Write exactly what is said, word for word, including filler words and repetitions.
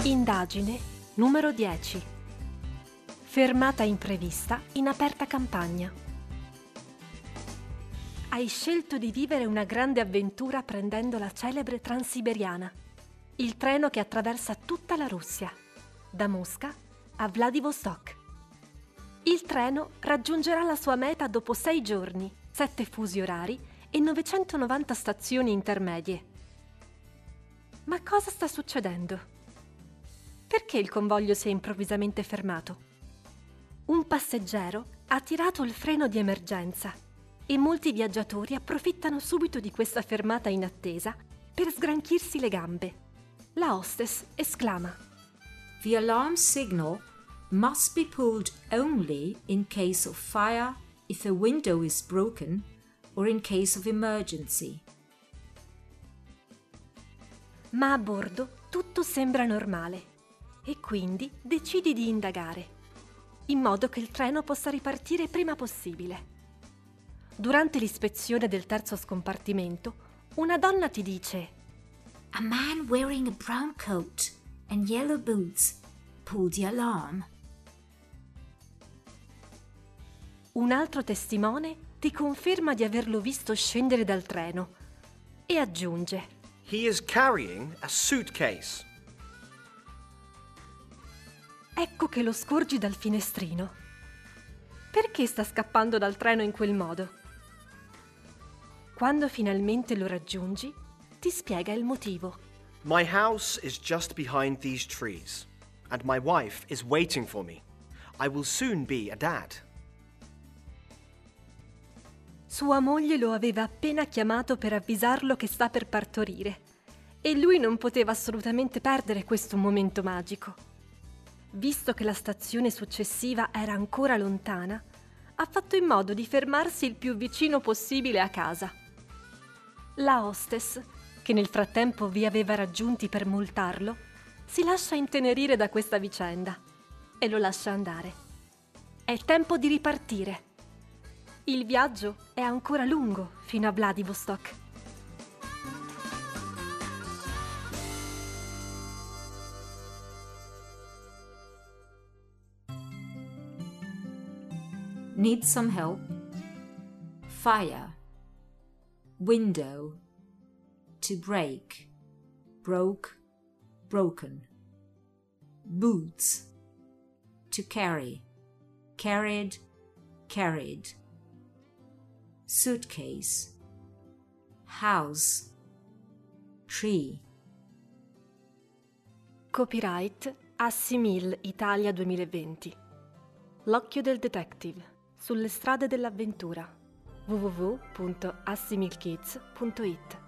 Indagine numero dieci. Fermata imprevista in aperta campagna. Hai scelto di vivere una grande avventura prendendo la celebre Transiberiana, il treno che attraversa tutta la Russia, da Mosca a Vladivostok. Il treno raggiungerà la sua meta dopo sei giorni, sette fusi orari e novecentonovanta stazioni intermedie. Ma cosa sta succedendo? Perché il convoglio si è improvvisamente fermato? Un passeggero ha tirato il freno di emergenza e molti viaggiatori approfittano subito di questa fermata inattesa per sgranchirsi le gambe. La hostess esclama: The alarm signal must be pulled only in case of fire, if a window is broken, or in case of emergency. Ma a bordo tutto sembra normale e quindi decidi di indagare, in modo che il treno possa ripartire prima possibile. Durante l'ispezione del terzo scompartimento, una donna ti dice: A man wearing a brown coat and yellow boots pulled the alarm. Un altro testimone ti conferma di averlo visto scendere dal treno e aggiunge: He is carrying a suitcase. Ecco che lo scorgi dal finestrino. Perché sta scappando dal treno in quel modo? Quando finalmente lo raggiungi, ti spiega il motivo. My house is just behind these trees, and my wife is waiting for me. I will soon be a dad. Sua moglie lo aveva appena chiamato per avvisarlo che sta per partorire e lui non poteva assolutamente perdere questo momento magico. Visto che la stazione successiva era ancora lontana, ha fatto in modo di fermarsi il più vicino possibile a casa. La hostess, che nel frattempo vi aveva raggiunti per multarlo, si lascia intenerire da questa vicenda e lo lascia andare. È tempo di ripartire. Il viaggio è ancora lungo fino a Vladivostok. Need some help? Fire. Window. To break. Broke. Broken. Boots. To carry. Carried. Carried. Suitcase. House. Tree. Copyright Assimil Italia duemilaventi. L'occhio del detective sulle strade dell'avventura. w w w punto assimilkids punto it